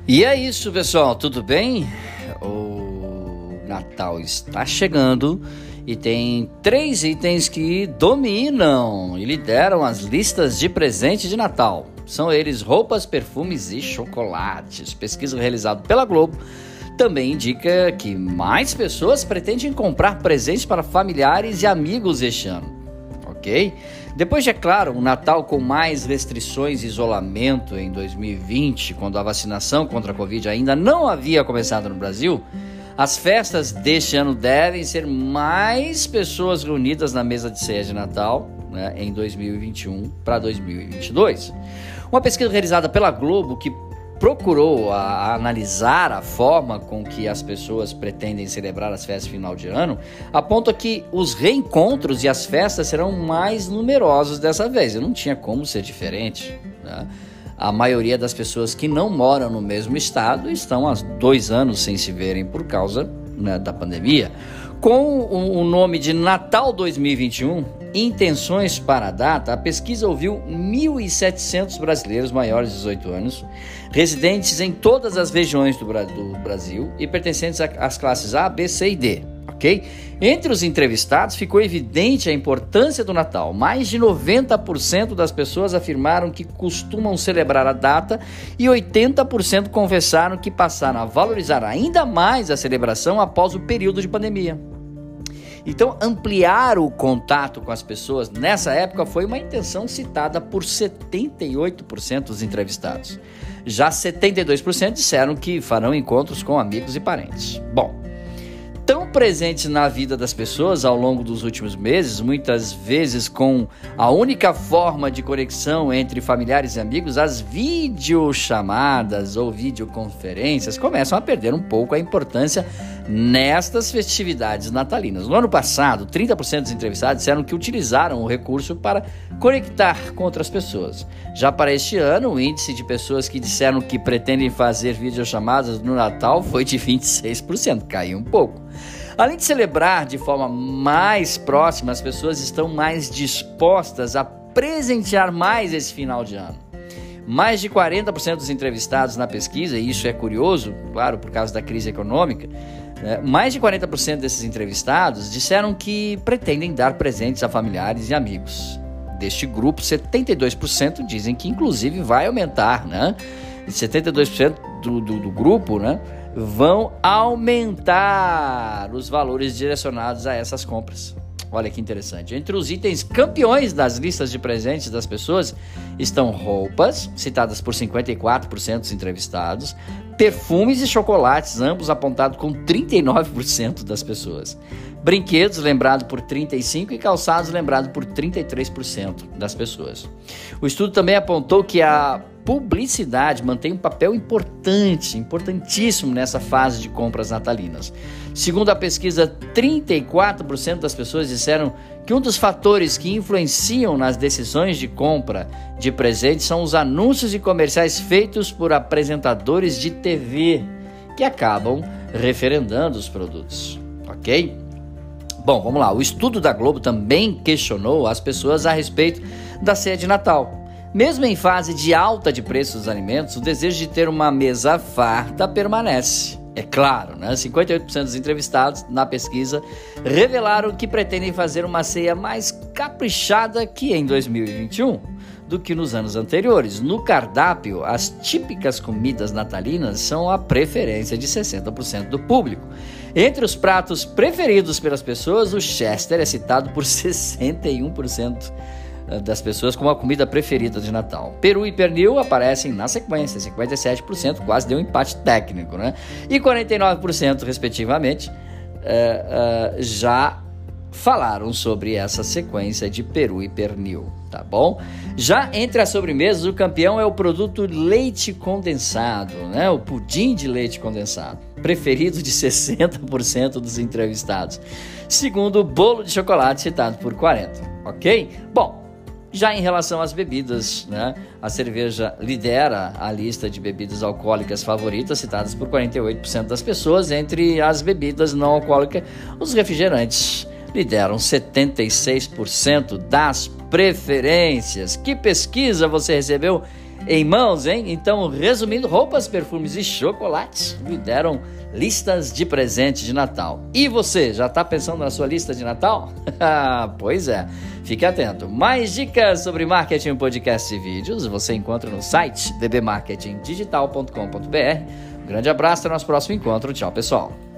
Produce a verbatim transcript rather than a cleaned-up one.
E é isso, pessoal, tudo bem? O Natal está chegando e tem três itens que dominam e lideram as listas de presente de Natal. São eles roupas, perfumes e chocolates. Pesquisa realizada pela Globo também indica que mais pessoas pretendem comprar presentes para familiares e amigos este ano, ok? Depois de, é claro, um Natal com mais restrições e isolamento em dois mil e vinte, quando a vacinação contra a Covid ainda não havia começado no Brasil, as festas deste ano devem ser mais pessoas reunidas na mesa de ceia de Natal, né, em dois mil e vinte e um para dois mil e vinte e dois. Uma pesquisa realizada pela Globo que procurou a, a analisar a forma com que as pessoas pretendem celebrar as festas de final de ano, aponta que os reencontros e as festas serão mais numerosos dessa vez. E não tinha como ser diferente, né? A maioria das pessoas que não moram no mesmo estado estão há dois anos sem se verem por causa, né, da pandemia. Com o nome de Natal dois mil e vinte e um, Intenções para a Data, a pesquisa ouviu mil e setecentos brasileiros maiores de dezoito anos, residentes em todas as regiões do Brasil e pertencentes às classes A, B, C e D, ok? Entre os entrevistados ficou evidente a importância do Natal. Mais de noventa por cento das pessoas afirmaram que costumam celebrar a data e oitenta por cento confessaram que passaram a valorizar ainda mais a celebração após o período de pandemia. Então, ampliar o contato com as pessoas nessa época foi uma intenção citada por setenta e oito por cento dos entrevistados. Já setenta e dois por cento disseram que farão encontros com amigos e parentes. Bom, tão presentes na vida das pessoas ao longo dos últimos meses, muitas vezes com a única forma de conexão entre familiares e amigos, as videochamadas ou videoconferências começam a perder um pouco a importância nestas festividades natalinas. No ano passado, trinta por cento dos entrevistados disseram que utilizaram o recurso para conectar com outras pessoas. Já para este ano, o índice de pessoas que disseram que pretendem fazer videochamadas no Natal foi de vinte e seis por cento, caiu um pouco. Além de celebrar de forma mais próxima, as pessoas estão mais dispostas a presentear mais esse final de ano. Mais de quarenta por cento dos entrevistados na pesquisa, e isso é curioso, claro, por causa da crise econômica, né, mais de quarenta por cento desses entrevistados disseram que pretendem dar presentes a familiares e amigos. Deste grupo, setenta e dois por cento dizem que inclusive vai aumentar, né? E setenta e dois por cento do, do, do grupo, né, vão aumentar os valores direcionados a essas compras. Olha que interessante. Entre os itens campeões das listas de presentes das pessoas estão roupas, citadas por cinquenta e quatro por cento dos entrevistados, perfumes e chocolates, ambos apontados com trinta e nove por cento das pessoas. Brinquedos, lembrado por trinta e cinco por cento, e calçados, lembrado por trinta e três por cento das pessoas. O estudo também apontou que a publicidade mantém um papel importante, importantíssimo nessa fase de compras natalinas. Segundo a pesquisa, trinta e quatro por cento das pessoas disseram que um dos fatores que influenciam nas decisões de compra de presentes são os anúncios e comerciais feitos por apresentadores de T V, que acabam referendando os produtos, ok? Bom, vamos lá. O estudo da Globo também questionou as pessoas a respeito da ceia de Natal. Mesmo em fase de alta de preço dos alimentos, o desejo de ter uma mesa farta permanece. É claro, né? cinquenta e oito por cento dos entrevistados na pesquisa revelaram que pretendem fazer uma ceia mais caprichada que em dois mil e vinte e um do que nos anos anteriores. No cardápio, as típicas comidas natalinas são a preferência de sessenta por cento do público. Entre os pratos preferidos pelas pessoas, o Chester é citado por sessenta e um por cento das pessoas como a comida preferida de Natal. Peru e pernil aparecem na sequência, cinquenta e sete por cento, quase deu um empate técnico, né? E quarenta e nove por cento, respectivamente, uh, uh, já falaram sobre essa sequência de peru e pernil, tá bom? Já entre as sobremesas, o campeão é o produto leite condensado, né? O pudim de leite condensado, preferido de sessenta por cento dos entrevistados, segundo o bolo de chocolate, citado por quarenta por cento, ok? Bom, já em relação às bebidas, né, a cerveja lidera a lista de bebidas alcoólicas favoritas, citadas por quarenta e oito por cento das pessoas. Entre as bebidas não alcoólicas, os refrigerantes lideram setenta e seis por cento das preferências. Que pesquisa você recebeu em mãos, hein? Então, resumindo, roupas, perfumes e chocolates lideram listas de presente de Natal. E você, já está pensando na sua lista de Natal? Pois é, fique atento. Mais dicas sobre marketing, podcast e vídeos você encontra no site d b marketing digital ponto com ponto b r. Um grande abraço, até o nosso próximo encontro. Tchau, pessoal.